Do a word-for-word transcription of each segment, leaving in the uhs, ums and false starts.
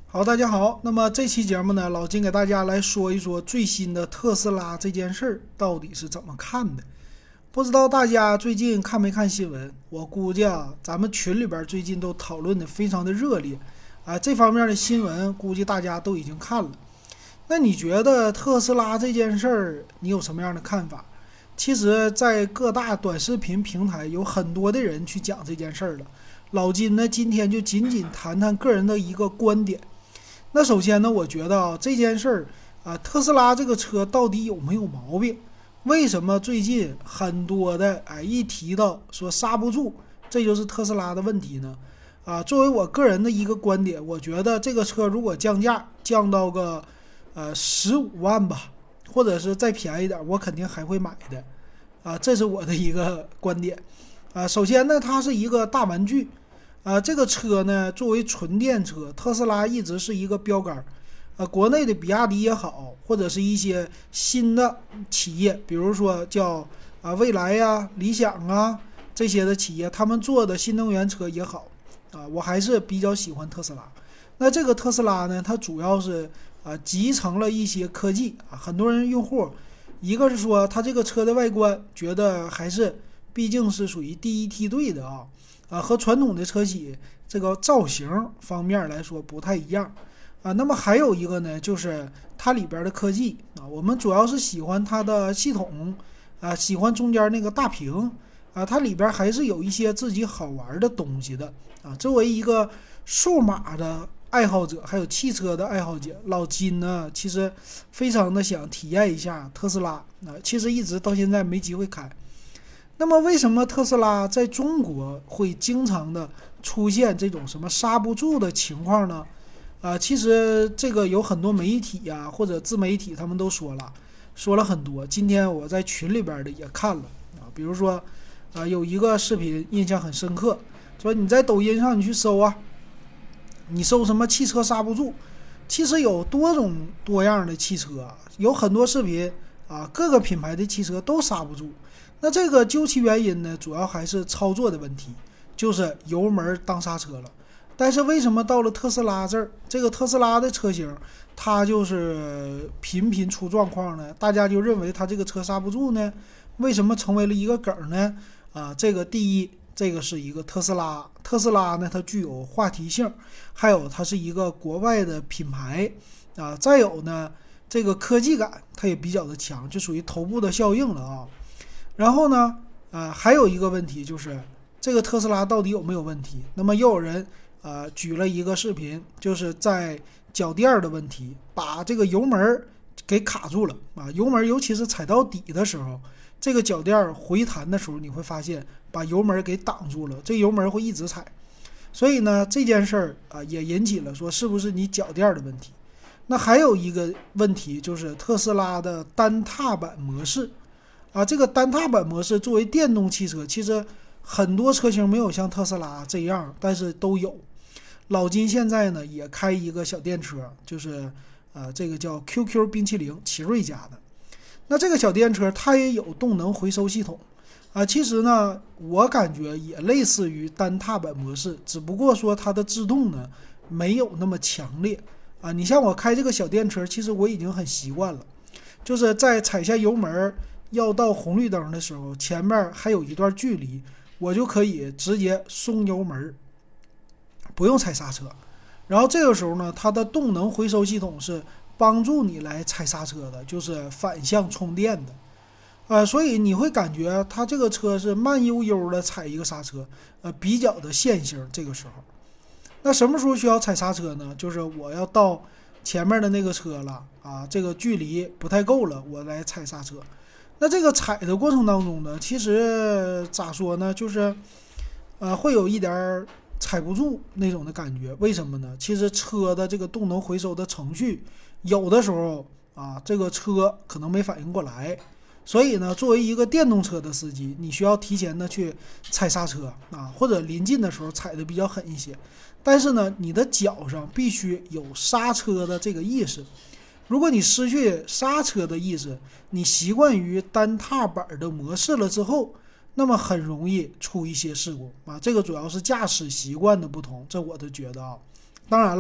好，大家好。那么这期节目呢，老金给大家来说一说最新的特斯拉这件事儿到底是怎么看的。不知道大家最近看没看新闻？我估计啊，咱们群里边最近都讨论的非常的热烈啊，这方面的新闻估计大家都已经看了。那你觉得特斯拉这件事儿，你有什么样的看法？其实，在各大短视频平台有很多的人去讲这件事儿了。老金呢，今天就仅仅谈谈个人的一个观点。那首先呢，我觉得啊，这件事儿啊，特斯拉这个车到底有没有毛病？为什么最近很多的哎一提到说刹不住，这就是特斯拉的问题呢？啊，作为我个人的一个观点，我觉得这个车如果降价降到个呃十五万吧，或者是再便宜点，我肯定还会买的。啊，这是我的一个观点。啊，首先呢，它是一个大玩具。啊，这个车呢，作为纯电车，特斯拉一直是一个标杆。呃，国内的比亚迪也好，或者是一些新的企业，比如说叫啊蔚来呀、理想啊这些的企业，他们做的新能源车也好，啊，我还是比较喜欢特斯拉。那这个特斯拉呢，它主要是啊集成了一些科技啊，很多人用户，一个是说它这个车的外观，觉得还是毕竟是属于第一梯队的啊。啊，和传统的车企这个造型方面来说不太一样啊。那么还有一个呢，就是它里边的科技啊，我们主要是喜欢它的系统啊，喜欢中间那个大屏啊，它里边还是有一些自己好玩的东西的啊。作为一个数码的爱好者，还有汽车的爱好者，老金呢，其实非常的想体验一下特斯拉啊，其实一直到现在没机会开。那么为什么特斯拉在中国会经常的出现这种什么刹不住的情况呢？啊、呃，其实这个有很多媒体呀、啊、或者自媒体他们都说了，说了很多。今天我在群里边的也看了啊，比如说，啊、呃、有一个视频印象很深刻，说你在抖音上你去搜啊，你搜什么汽车刹不住，其实有多种多样的汽车，有很多视频啊，各个品牌的汽车都刹不住。那这个究其原因呢，主要还是操作的问题，就是油门当刹车了。但是为什么到了特斯拉这儿，这个特斯拉的车型它就是频频出状况呢？大家就认为它这个车刹不住呢？为什么成为了一个梗呢？啊，这个第一，这个是一个特斯拉，特斯拉呢它具有话题性，还有它是一个国外的品牌啊，再有呢这个科技感它也比较的强，就属于头部的效应了啊。然后呢，呃，还有一个问题就是这个特斯拉到底有没有问题？那么又有人呃举了一个视频，就是在脚垫的问题，把这个油门给卡住了啊，油门尤其是踩到底的时候，这个脚垫回弹的时候，你会发现把油门给挡住了，这油门会一直踩。所以呢，这件事儿啊也引起了说是不是你脚垫的问题？那还有一个问题就是特斯拉的单踏板模式。啊，这个单踏板模式作为电动汽车，其实很多车型没有像特斯拉这样，但是都有。老金现在呢也开一个小电车，就是呃这个叫 Q Q 冰淇淋，奇瑞家的。那这个小电车它也有动能回收系统啊，其实呢我感觉也类似于单踏板模式，只不过说它的制动呢没有那么强烈啊。你像我开这个小电车，其实我已经很习惯了，就是在踩下油门要到红绿灯的时候，前面还有一段距离，我就可以直接松油门，不用踩刹车。然后这个时候呢，它的动能回收系统是帮助你来踩刹车的，就是反向充电的。呃，所以你会感觉它这个车是慢悠悠的踩一个刹车，呃，比较的线性。这个时候，那什么时候需要踩刹车呢？就是我要到前面的那个车了啊，这个距离不太够了，我来踩刹车。那这个踩的过程当中呢，其实咋说呢，就是呃会有一点踩不住那种的感觉。为什么呢？其实车的这个动能回收的程序有的时候啊，这个车可能没反应过来，所以呢，作为一个电动车的司机，你需要提前的去踩刹车啊，或者临近的时候踩的比较狠一些。但是呢，你的脚上必须有刹车的这个意识。如果你失去刹车的意识，你习惯于单踏板的模式了之后，那么很容易出一些事故啊。这个主要是驾驶习惯的不同，这我都觉得啊。当然了，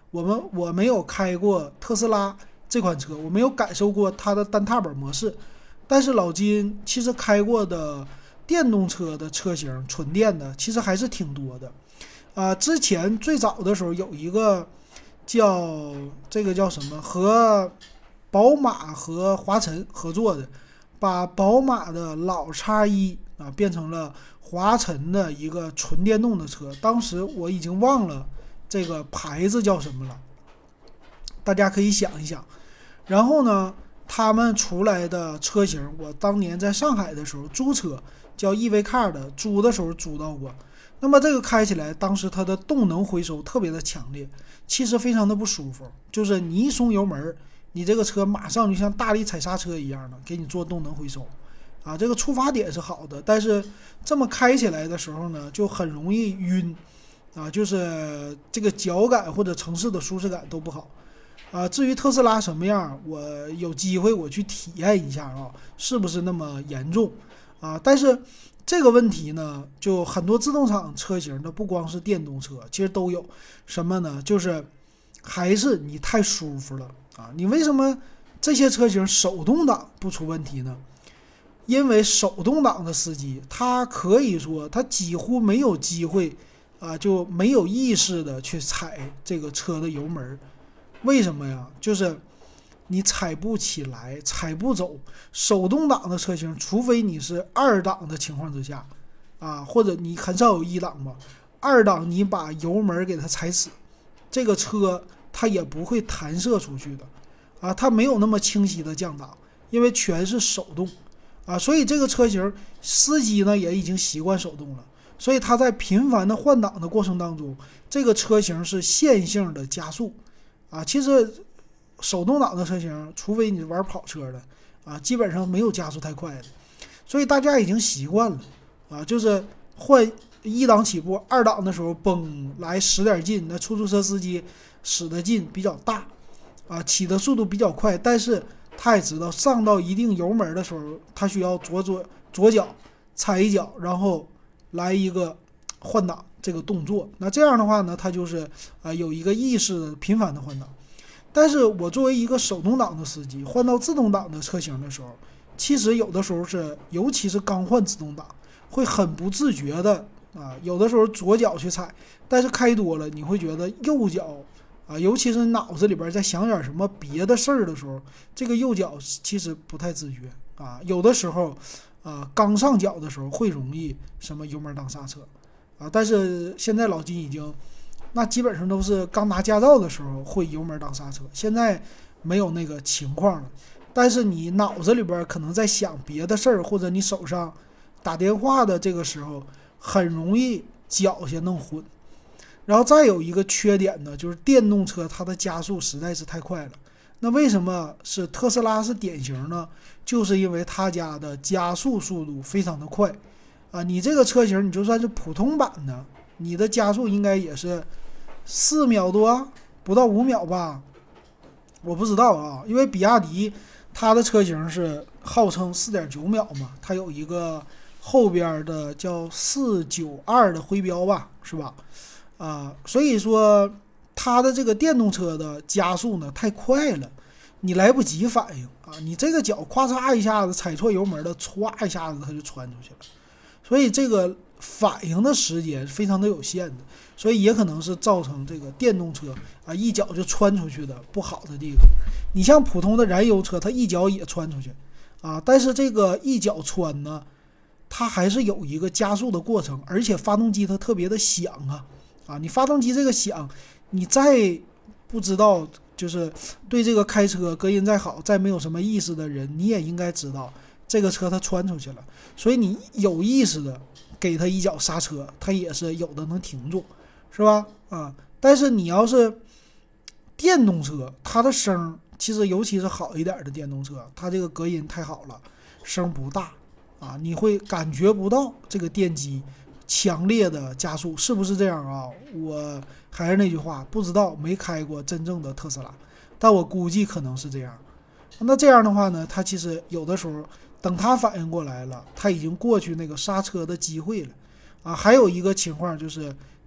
我们我没有开过特斯拉这款车，我没有感受过它的单踏板模式，但是老金其实开过的电动车的车型，纯电的其实还是挺多的。啊、呃，之前最早的时候有一个叫这个叫什么，和宝马和华晨合作的，把宝马的老 X 一啊变成了华晨的一个纯电动的车。当时我已经忘了这个牌子叫什么了，大家可以想一想。然后呢，他们出来的车型，我当年在上海的时候租车叫 E V Car 的，租的时候租到过。那么这个开起来，当时它的动能回收特别的强烈，其实非常的不舒服，就是你一松油门，你这个车马上就像大力踩刹车一样的给你做动能回收啊。这个出发点是好的，但是这么开起来的时候呢，就很容易晕啊，就是这个脚感或者城市的舒适感都不好啊。至于特斯拉什么样，我有机会我去体验一下啊，是不是那么严重啊？但是这个问题呢，就很多自动挡车型的，不光是电动车，其实都有什么呢？就是还是你太舒服了啊！你为什么这些车型手动挡不出问题呢？因为手动挡的司机，他可以说他几乎没有机会啊，就没有意识的去踩这个车的油门。为什么呀？就是你踩不起来，踩不走。手动挡的车型，除非你是二档的情况之下啊，或者你很少有一档吧，二档你把油门给它踩死，这个车它也不会弹射出去的啊，它没有那么清晰的降档，因为全是手动啊，所以这个车型司机呢也已经习惯手动了，所以它在频繁的换挡的过程当中，这个车型是线性的加速啊。其实手动挡的车型，除非你玩跑车的啊，基本上没有加速太快的，所以大家已经习惯了啊，就是换一档起步，二档的时候嘣来使点劲，那出租车司机使的劲比较大啊，起的速度比较快，但是他也知道上到一定油门的时候，他需要左左左脚踩一脚，然后来一个换挡这个动作。那这样的话呢，他就是啊、呃、有一个意识的频繁的换挡。但是我作为一个手动挡的司机，换到自动挡的车型的时候，其实有的时候是，尤其是刚换自动挡，会很不自觉的啊，有的时候左脚去踩，但是开多了，你会觉得右脚啊，尤其是脑子里边在想点什么别的事儿的时候，这个右脚其实不太自觉啊，有的时候啊，刚上脚的时候会容易什么油门当刹车啊，但是现在老金已经。那基本上都是刚拿驾照的时候会油门当刹车，现在没有那个情况了。但是你脑子里边可能在想别的事儿，或者你手上打电话的这个时候，很容易脚先弄混。然后再有一个缺点呢，就是电动车它的加速实在是太快了。那为什么是特斯拉是典型呢？就是因为它家的加速速度非常的快啊！你这个车型你就算是普通版的，你的加速应该也是四秒多，不到五秒吧，我不知道啊，因为比亚迪它的车型是号称 四点九秒嘛，它有一个后边的叫四九二的徽标吧，是吧？啊、呃，所以说它的这个电动车的加速呢太快了，你来不及反应啊，你这个脚咵嚓一下子踩错油门了，歘一下子它就穿出去了，所以这个反应的时间非常的有限的，所以也可能是造成这个电动车啊一脚就穿出去的不好的地方。你像普通的燃油车，它一脚也穿出去啊，但是这个一脚穿呢，它还是有一个加速的过程，而且发动机它特别的响啊啊！你发动机这个响，你再不知道，就是对这个开车隔音再好，再没有什么意识的人，你也应该知道这个车它穿出去了，所以你有意识的给它一脚刹车，它也是有的能停住，是吧？啊，但是你要是电动车，它的声其实尤其是好一点的电动车，它这个隔音太好了，声不大啊，你会感觉不到这个电机强烈的加速，是不是这样啊？我还是那句话，不知道，没开过真正的特斯拉，但我估计可能是这样。那这样的话呢，它其实有的时候等它反应过来了，它已经过去那个刹车的机会了啊。还有一个情况就是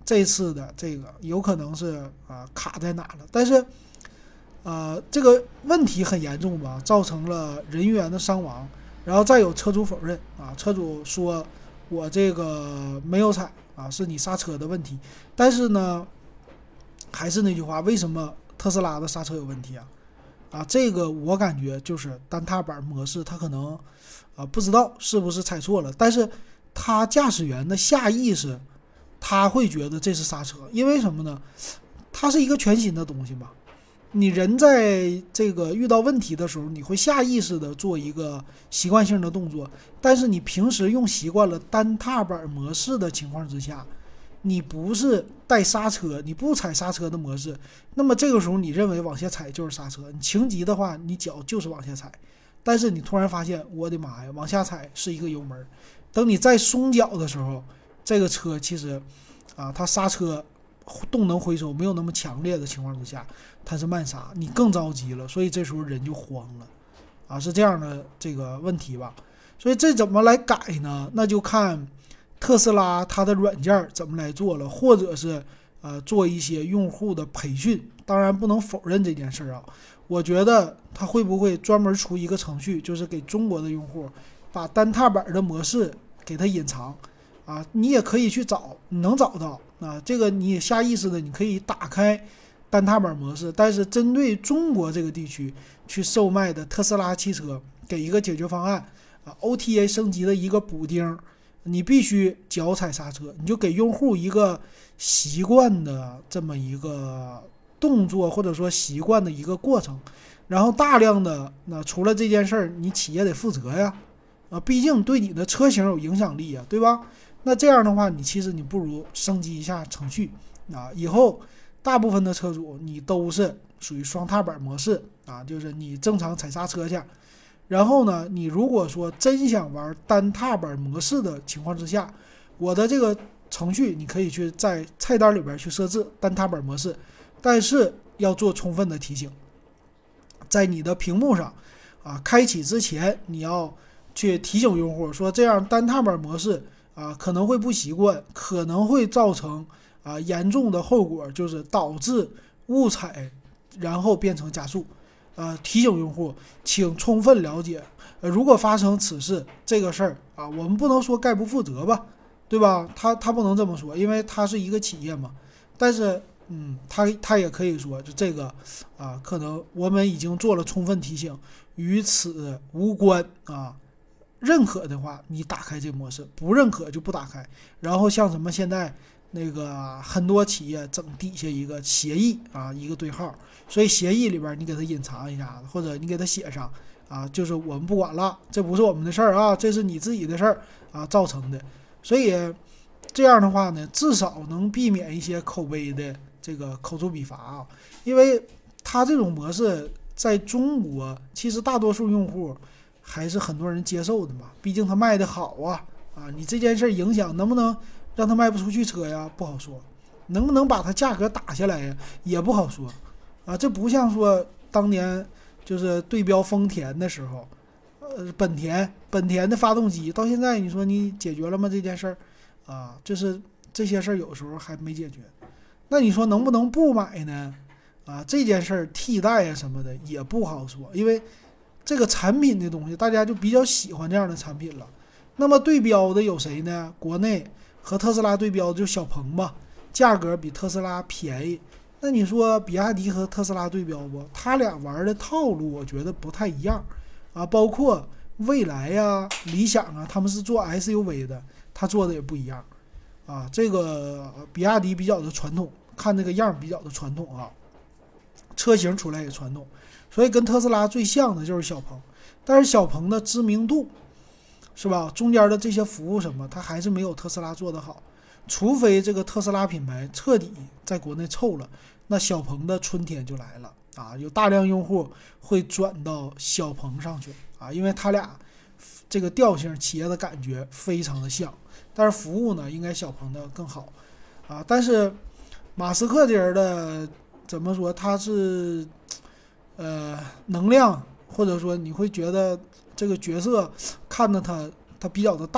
这次的这个有可能是啊卡在哪了，但是呃这个问题很严重吧，造成了人员的伤亡，然后再有车主否认啊，车主说我这个没有踩啊，是你刹车的问题，但是呢还是那句话，为什么特斯拉的刹车有问题啊？啊，这个我感觉就是单踏板模式，它可能啊不知道是不是踩错了，但是他驾驶员的下意识，他会觉得这是刹车，因为什么呢？它是一个全新的东西嘛。你人在这个遇到问题的时候，你会下意识的做一个习惯性的动作，但是你平时用习惯了单踏板模式的情况之下，你不是带刹车，你不踩刹车的模式，那么这个时候你认为往下踩就是刹车，你情急的话，你脚就是往下踩，但是你突然发现，我的妈呀，往下踩是一个油门，等你再松脚的时候，这个车其实啊，它刹车动能回收没有那么强烈的情况之下，它是慢刹，你更着急了，所以这时候人就慌了啊，是这样的这个问题吧。所以这怎么来改呢？那就看特斯拉它的软件怎么来做了，或者是呃做一些用户的培训。当然不能否认这件事啊，我觉得它会不会专门出一个程序，就是给中国的用户把单踏板的模式给它隐藏啊，你也可以去找，你能找到啊，这个你下意识的你可以打开单踏板模式，但是针对中国这个地区去售卖的特斯拉汽车，给一个解决方案啊 ，O T A 升级的一个补丁。你必须脚踩刹车，你就给用户一个习惯的这么一个动作，或者说习惯的一个过程，然后大量的那除了这件事儿，你企业得负责呀，啊，毕竟对你的车型有影响力呀，对吧？那这样的话，你其实你不如升级一下程序啊，以后大部分的车主你都是属于双踏板模式啊，就是你正常踩刹车去。然后呢，你如果说真想玩单踏板模式的情况之下，我的这个程序你可以去在菜单里边去设置单踏板模式，但是要做充分的提醒，在你的屏幕上啊开启之前，你要去提醒用户说，这样单踏板模式啊可能会不习惯，可能会造成啊严重的后果，就是导致误踩，然后变成加速。呃，提醒用户，请充分了解，呃，如果发生此事这个事儿啊，我们不能说概不负责吧，对吧？他他不能这么说，因为他是一个企业嘛。但是，嗯，他他也可以说，就这个啊，可能我们已经做了充分提醒，与此无关啊。认可的话，你打开这模式；不认可就不打开。然后像什么现在那个很多企业整底下一个协议啊，一个对号，所以协议里边你给它隐藏一下，或者你给它写上啊，就是我们不管了，这不是我们的事儿啊，这是你自己的事儿啊造成的。所以这样的话呢，至少能避免一些口碑的这个口诛笔伐啊，因为它这种模式在中国其实大多数用户还是很多人接受的嘛，毕竟它卖的好啊啊，你这件事影响能不能让它卖不出去车呀？不好说，能不能把它价格打下来呀？也不好说，啊，这不像说当年就是对标丰田的时候，呃，本田本田的发动机到现在你说你解决了吗？这件事儿啊，就是这些事儿有时候还没解决，那你说能不能不买呢？啊，这件事儿替代啊什么的也不好说，因为这个产品的东西大家就比较喜欢这样的产品了。那么对标的有谁呢？国内和特斯拉对标的就小鹏吧，价格比特斯拉便宜。那你说比亚迪和特斯拉对标不？他俩玩的套路我觉得不太一样啊，包括蔚来呀、理想啊，他们是做 S U V 的，他做的也不一样啊。这个比亚迪比较的传统，看这个样比较的传统啊，车型出来也传统，所以跟特斯拉最像的就是小鹏，但是小鹏的知名度是吧？中间的这些服务什么，它还是没有特斯拉做得好。除非这个特斯拉品牌彻底在国内臭了，那小鹏的春天就来了啊！有大量用户会转到小鹏上去啊，因为它俩这个调性、企业的感觉非常的像，但是服务呢，应该小鹏的更好啊。但是马斯克这人的怎么说？他是呃能量，或者说你会觉得这个角色看着他他比较的大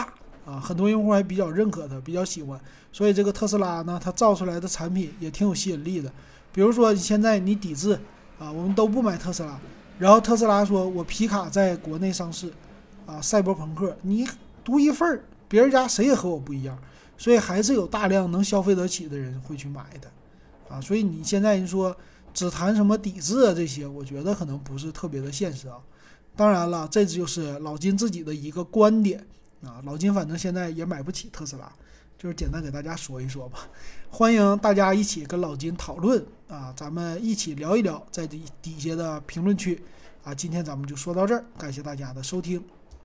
啊，很多用户还比较认可它，比较喜欢。所以这个特斯拉呢，它造出来的产品也挺有吸引力的。比如说现在你抵制啊，我们都不买特斯拉，然后特斯拉说我皮卡在国内上市啊，赛博朋克你独一份儿，别人家谁也和我不一样，所以还是有大量能消费得起的人会去买的啊。所以你现在你说只谈什么抵制啊这些，我觉得可能不是特别的现实啊。当然了，这就是老金自己的一个观点啊。老金反正现在也买不起特斯拉，就是简单给大家说一说吧。欢迎大家一起跟老金讨论啊，咱们一起聊一聊，在底底下的评论区啊。今天咱们就说到这儿，感谢大家的收听。